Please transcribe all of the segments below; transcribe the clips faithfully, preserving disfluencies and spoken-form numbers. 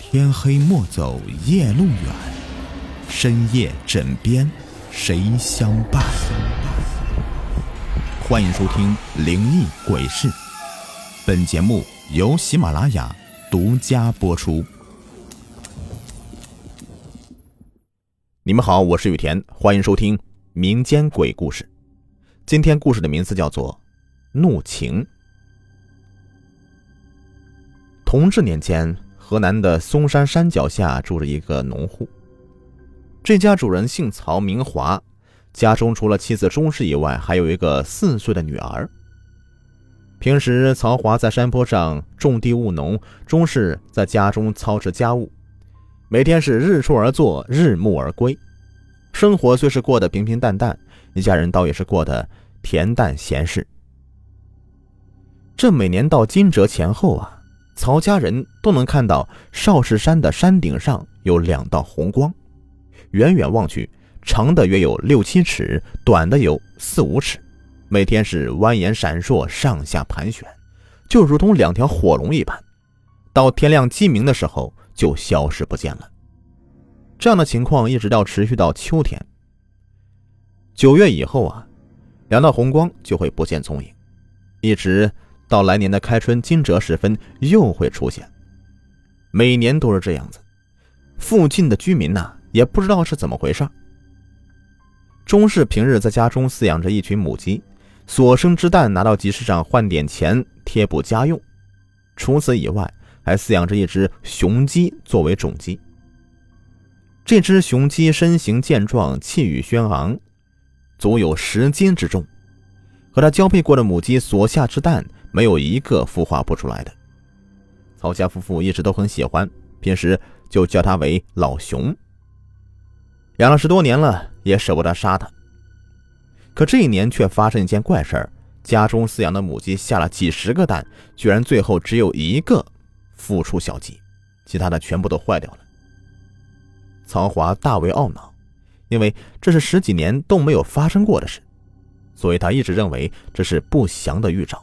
天黑莫走夜路远，深夜枕边谁相伴？欢迎收听灵异鬼事，本节目由喜马拉雅独家播出。你们好，我是雨田，欢迎收听民间鬼故事。今天故事的名字叫做怒情。同治年间，河南的嵩山山脚下住着一个农户，这家主人姓曹名华，家中除了妻子钟氏以外，还有一个四岁的女儿。平时曹华在山坡上种地务农，钟氏在家中操持家务，每天是日出而作，日暮而归。生活虽是过得平平淡淡，一家人倒也是过得恬淡闲适。这每年到惊蛰前后啊，曹家人都能看到少室山的山顶上有两道红光，远远望去，长的约有六七尺，短的有四五尺，每天是蜿蜒闪烁，上下盘旋，就如同两条火龙一般。到天亮鸡鸣的时候就消失不见了。这样的情况一直到持续到秋天。九月以后啊，两道红光就会不见踪影，一直到来年的开春惊蛰时分又会出现，每年都是这样子。附近的居民啊，也不知道是怎么回事。钟氏平日在家中饲养着一群母鸡，所生之蛋拿到集市上换点钱贴补家用，除此以外还饲养着一只雄鸡作为种鸡。这只雄鸡身形健壮，气宇轩昂，足有十斤之重，和它交配过的母鸡所下之蛋没有一个孵化不出来的。曹家夫妇一直都很喜欢，平时就叫它为老熊。养了十多年了，也舍不得杀它。可这一年却发生一件怪事儿，家中饲养的母鸡下了几十个蛋，居然最后只有一个孵出小鸡，其他的全部都坏掉了。曹华大为懊恼，因为这是十几年都没有发生过的事，所以他一直认为这是不祥的预兆。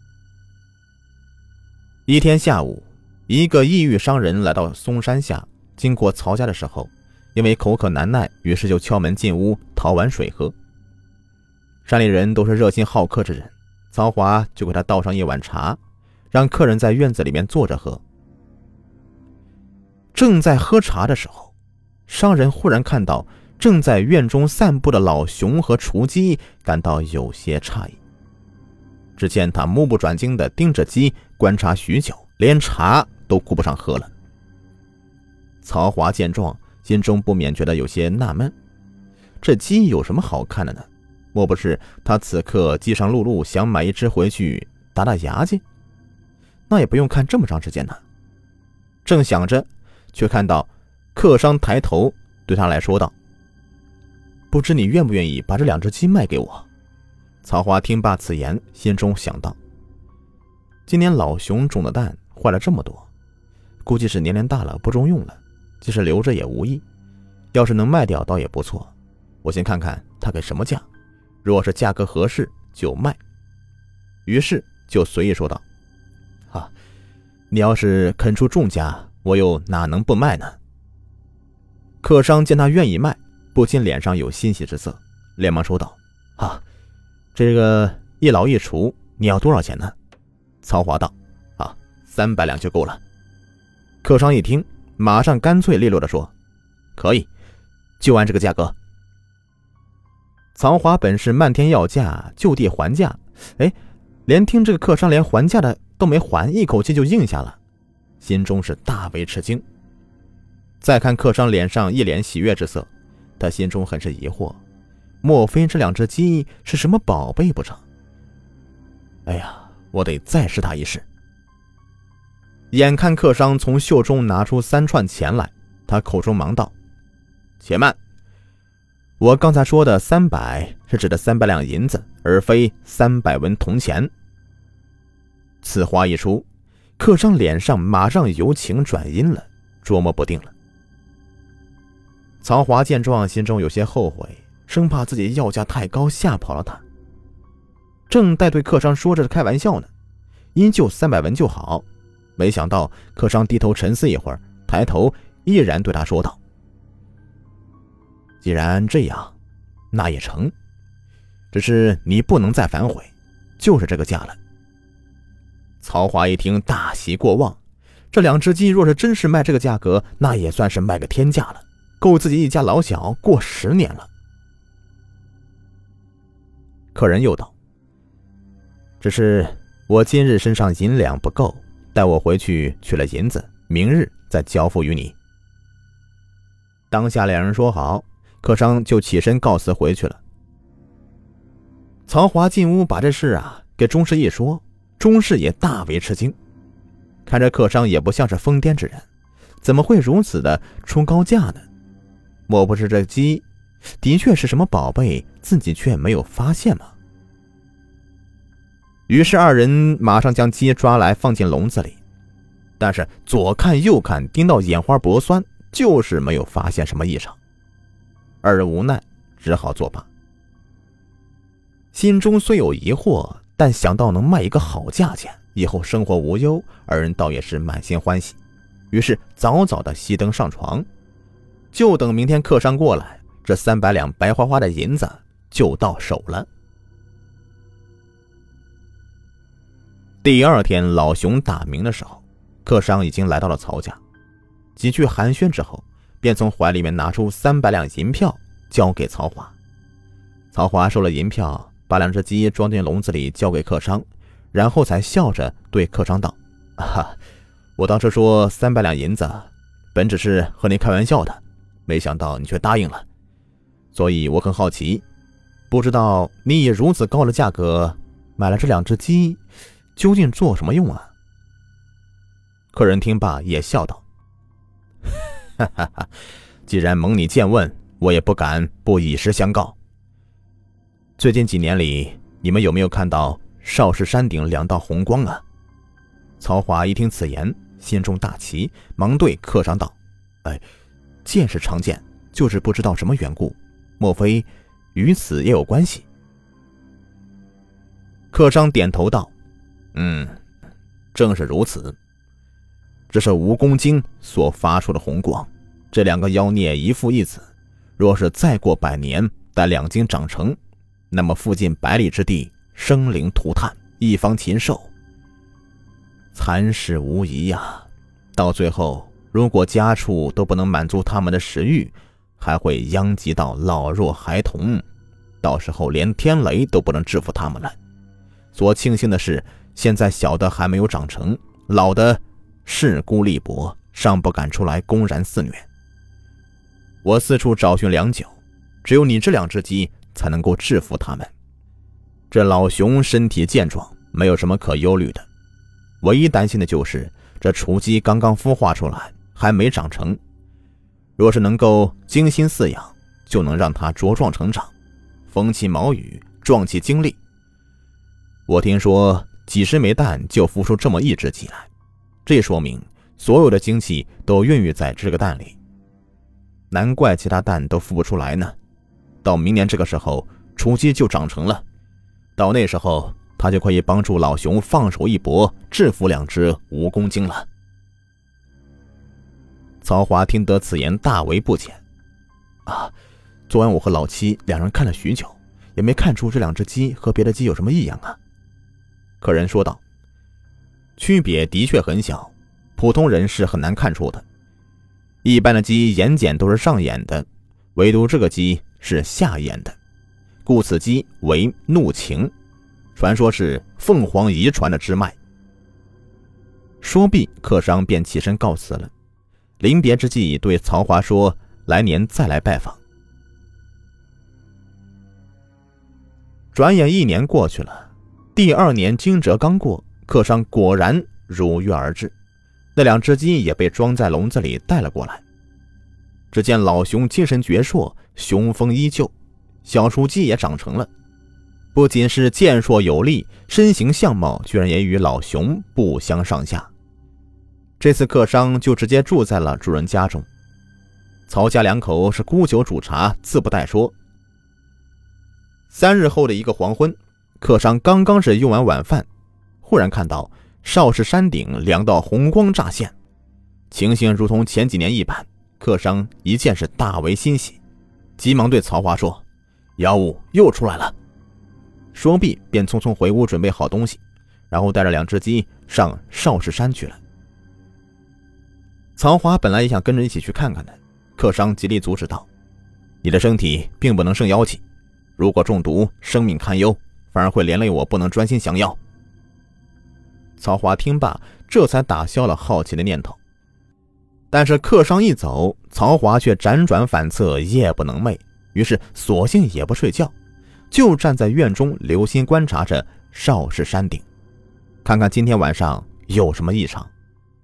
一天下午，一个异域商人来到嵩山下，经过曹家的时候，因为口渴难耐，于是就敲门进屋讨碗水喝。山里人都是热心好客之人，曹华就给他倒上一碗茶，让客人在院子里面坐着喝。正在喝茶的时候，商人忽然看到正在院中散步的老熊和雏鸡，感到有些诧异。只见他目不转睛地盯着鸡观察许久，连茶都顾不上喝了。曹华见状，心中不免觉得有些纳闷，这鸡有什么好看的呢？莫不是他此刻饥肠辘辘，想买一只回去打打牙祭？那也不用看这么长时间呢。正想着，却看到客商抬头对他来说道：“不知你愿不愿意把这两只鸡卖给我？”曹华听罢此言，心中想到，今年老熊种的蛋坏了这么多，估计是年龄大了不中用了，即使留着也无益，要是能卖掉倒也不错。我先看看他给什么价，若是价格合适就卖。于是就随意说道：“啊，你要是肯出重价，我又哪能不卖呢？”客商见他愿意卖，不禁脸上有欣喜之色，连忙说道：“啊，这个一老一雏，你要多少钱呢？”曹华道：“啊，三百两就够了。”客商一听，马上干脆利落地说：“可以，就按这个价格。”曹华本是漫天要价，就地还价，哎，连听这个客商连还价的都没还，一口气就应下了，心中是大为吃惊。再看客商脸上一脸喜悦之色，他心中很是疑惑，莫非这两只鸡是什么宝贝不成？哎呀，我得再试他一试。眼看客商从袖中拿出三串钱来，他口中忙道：“且慢，我刚才说的三百是指的三百两银子，而非三百文铜钱。”此话一出，客商脸上马上由晴转阴了，捉摸不定了。曹华见状，心中有些后悔，生怕自己要价太高吓跑了他。正待对客商说着开玩笑呢，因就三百文就好，没想到客商低头沉思一会儿， 抬头毅然对他说道：既然这样，那也成，只是你不能再反悔，就是这个价了。曹华一听大喜过望，这两只鸡若是真是卖这个价格，那也算是卖个天价了，够自己一家老小过十年了。客人又道：只是我今日身上银两不够，待我回去取了银子，明日再交付于你。当下两人说好，客商就起身告辞回去了。曹华进屋把这事啊给钟氏一说，钟氏也大为吃惊，看着客商也不像是疯癫之人，怎么会如此的出高价呢？莫不是这鸡的确是什么宝贝，自己却没有发现吗？于是二人马上将鸡抓来放进笼子里，但是左看右看，盯到眼花脖酸，就是没有发现什么异常。二人无奈，只好作罢。心中虽有疑惑，但想到能卖一个好价钱，以后生活无忧，二人倒也是满心欢喜。于是早早的熄灯上床，就等明天客商过来，这三百两白花花的银子就到手了。第二天老熊打鸣的时候，客商已经来到了曹家，几句寒暄之后，便从怀里面拿出三百两银票交给曹华。曹华收了银票，把两只鸡装进笼子里交给客商，然后才笑着对客商道：啊，我当时说三百两银子本只是和你开玩笑的，没想到你却答应了，所以我很好奇，不知道你以如此高的价格买了这两只鸡，究竟做什么用啊？客人听罢也笑道：哈哈哈，既然蒙你见问，我也不敢不以实相告。最近几年里，你们有没有看到少室山顶两道红光啊？曹华一听此言，心中大奇，忙对客商道：哎，见是常见，就是不知道什么缘故，莫非与此也有关系？客商点头道：嗯，正是如此。这是蜈蚣精所发出的红光，这两个妖孽一父一子，若是再过百年，待两精长成，那么附近百里之地生灵涂炭，一方禽兽，残世无疑呀、啊！到最后，如果家畜都不能满足他们的食欲，还会殃及到老弱孩童，到时候连天雷都不能制服他们了。所庆幸的是，现在小的还没有长成，老的势孤力薄，尚不敢出来公然肆虐。我四处找寻良久，只有你这两只鸡才能够制服他们。这老熊身体健壮，没有什么可忧虑的，唯一担心的就是这雏鸡刚刚孵化出来，还没长成。若是能够精心饲养，就能让它茁壮成长，丰起毛羽，壮起精力。我听说几十枚蛋就孵出这么一只鸡来，这说明所有的精气都孕育在这个蛋里，难怪其他蛋都孵不出来呢。到明年这个时候，雏鸡就长成了，到那时候它就可以帮助老熊放手一搏，制服两只蜈蚣精了。曹华听得此言大为不解，啊，昨晚我和老七两人看了许久，也没看出这两只鸡和别的鸡有什么异样啊。客人说道：区别的确很小，普通人是很难看出的。一般的鸡眼睑都是上眼的，唯独这个鸡是下眼的，故此鸡为怒禽，传说是凤凰遗传的支脉。说毕，客商便起身告辞了。临别之际，对曹华说：来年再来拜访。转眼一年过去了，第二年惊蛰刚过，客商果然如约而至，那两只鸡也被装在笼子里带了过来。只见老熊精神矍铄，雄风依旧，小雏鸡也长成了，不仅是健硕有力，身形相貌居然也与老熊不相上下。这次客商就直接住在了主人家中。曹家两口是沽酒煮茶，自不待说。三日后的一个黄昏，客商刚刚是用完晚饭，忽然看到少室山顶两道红光乍现， 情形如同前几年一般。客商一见是大为欣喜，急忙对曹华说：“妖物又出来了。”说毕便匆匆回屋准备好东西，然后带着两只鸡上少室山去了。曹华本来也想跟着一起去看看的，客商极力阻止道：“你的身体并不能胜妖气，如果中毒，生命堪忧，反而会连累我不能专心降妖。”曹华听罢，这才打消了好奇的念头。但是客商一走，曹华却辗转反侧，夜不能寐，于是索性也不睡觉，就站在院中留心观察着少室山顶，看看今天晚上有什么异常。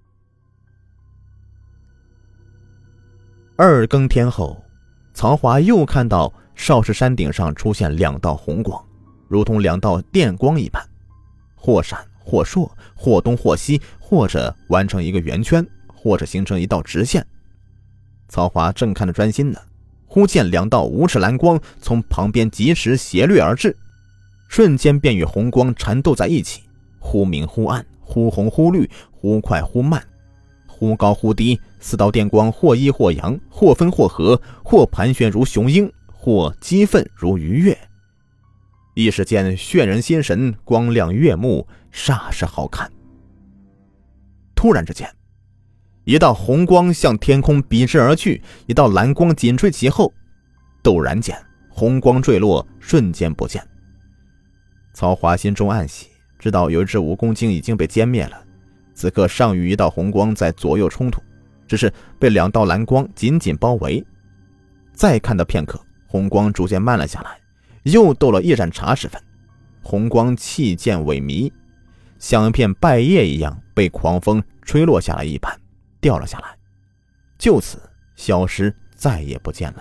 二更天后，曹华又看到少室山顶上出现两道红光，如同两道电光一般，或闪或烁，或东或西，或者完成一个圆圈，或者形成一道直线。曹华正看得专心呢，忽见两道五尺蓝光从旁边及时斜掠而至，瞬间便与红光缠斗在一起，忽明忽暗，忽红忽绿，忽快忽慢，忽高忽低。四道电光或一或阳，或分或合，或盘旋如雄鹰，或激愤如鱼跃，一时间眩人心神，光亮悦目，煞是好看。突然之间，一道红光向天空笔直而去，一道蓝光紧追其后，陡然间红光坠落，瞬间不见。曹华心中暗喜，知道有一只蜈蚣精已经被歼灭了，此刻尚与一道红光在左右冲突，只是被两道蓝光紧紧包围。再看到片刻，红光逐渐慢了下来，又斗了一盏茶时分，红光气渐萎靡，像一片败叶一样被狂风吹落下来一般掉了下来，就此消失，再也不见了。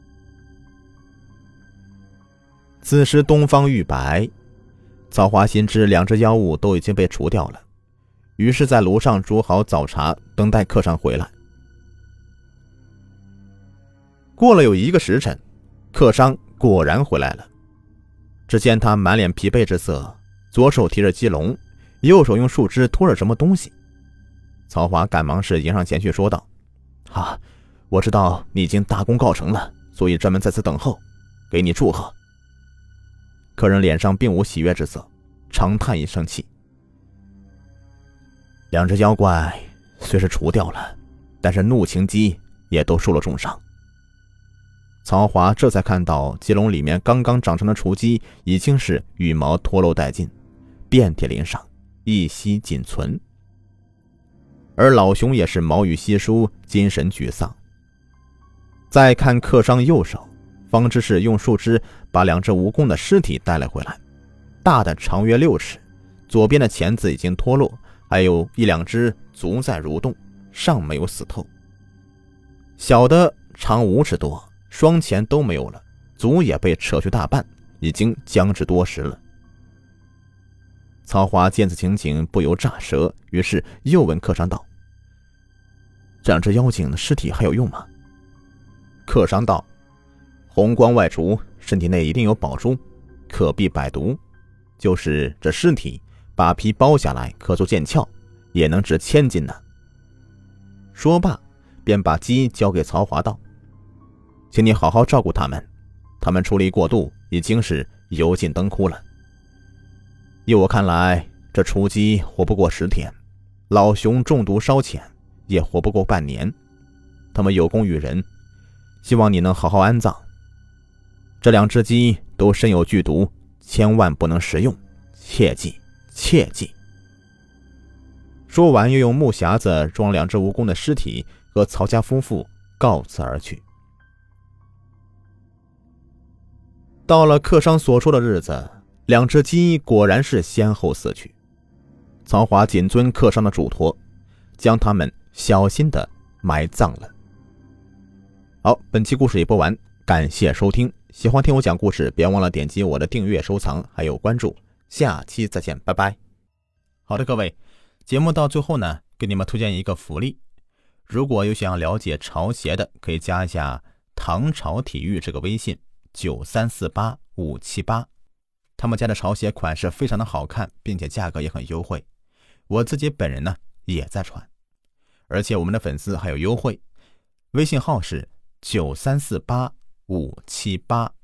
此时东方欲白，曹华心知两只妖物都已经被除掉了，于是在炉上煮好早茶，等待客商回来。过了有一个时辰，客商果然回来了。只见他满脸疲惫之色，左手提着鸡笼，右手用树枝拖着什么东西。曹华赶忙是迎上前去说道：“啊，我知道你已经大功告成了，所以专门在此等候，给你祝贺。”客人脸上并无喜悦之色，长叹一声气：“两只妖怪虽是除掉了，但是怒禽鸡也都受了重伤。”曹华这才看到鸡笼里面刚刚长成的雏鸡已经是羽毛脱落殆尽，遍体鳞伤，一息仅存。而老熊也是毛羽稀疏，精神沮丧。再看客商右手，方知是用树枝把两只蜈蚣的尸体带了回来，大的长约六尺，左边的钳子已经脱落，还有一两只足在蠕动，尚没有死透。小的长五尺多，双钳都没有了，足也被扯去大半，已经僵直多时了。曹华见此情景，不由乍舌，于是又问客商道：“这两只妖精的尸体还有用吗？”客商道：“红光外除，身体内一定有宝珠，可避百毒。就是这尸体，把皮剥下来，可做剑鞘，也能值千金呢。”说罢，便把鸡交给曹华道：“请你好好照顾他们，他们出力过度，已经是油尽灯枯了。依我看来，这雏鸡活不过十天，老熊中毒稍浅，也活不过半年。他们有功于人，希望你能好好安葬。这两只鸡都身有剧毒，千万不能食用，切记切记。”说完，又用木匣子装两只蜈蚣的尸体，和曹家夫妇告辞而去。到了客商所说的日子，两只鸡果然是先后死去。曹华谨遵客商的嘱托，将他们小心地埋葬了。好，本期故事已播完，感谢收听。喜欢听我讲故事，别忘了点击我的订阅、收藏还有关注。下期再见，拜拜。好的，各位，节目到最后呢，给你们推荐一个福利。如果有想要了解潮鞋的，可以加一下唐朝体育这个微信九三四八五七八，他们家的潮鞋款式非常的好看，并且价格也很优惠。我自己本人呢也在穿， 而且我们的粉丝还有优惠，微信号是九三四八五七八。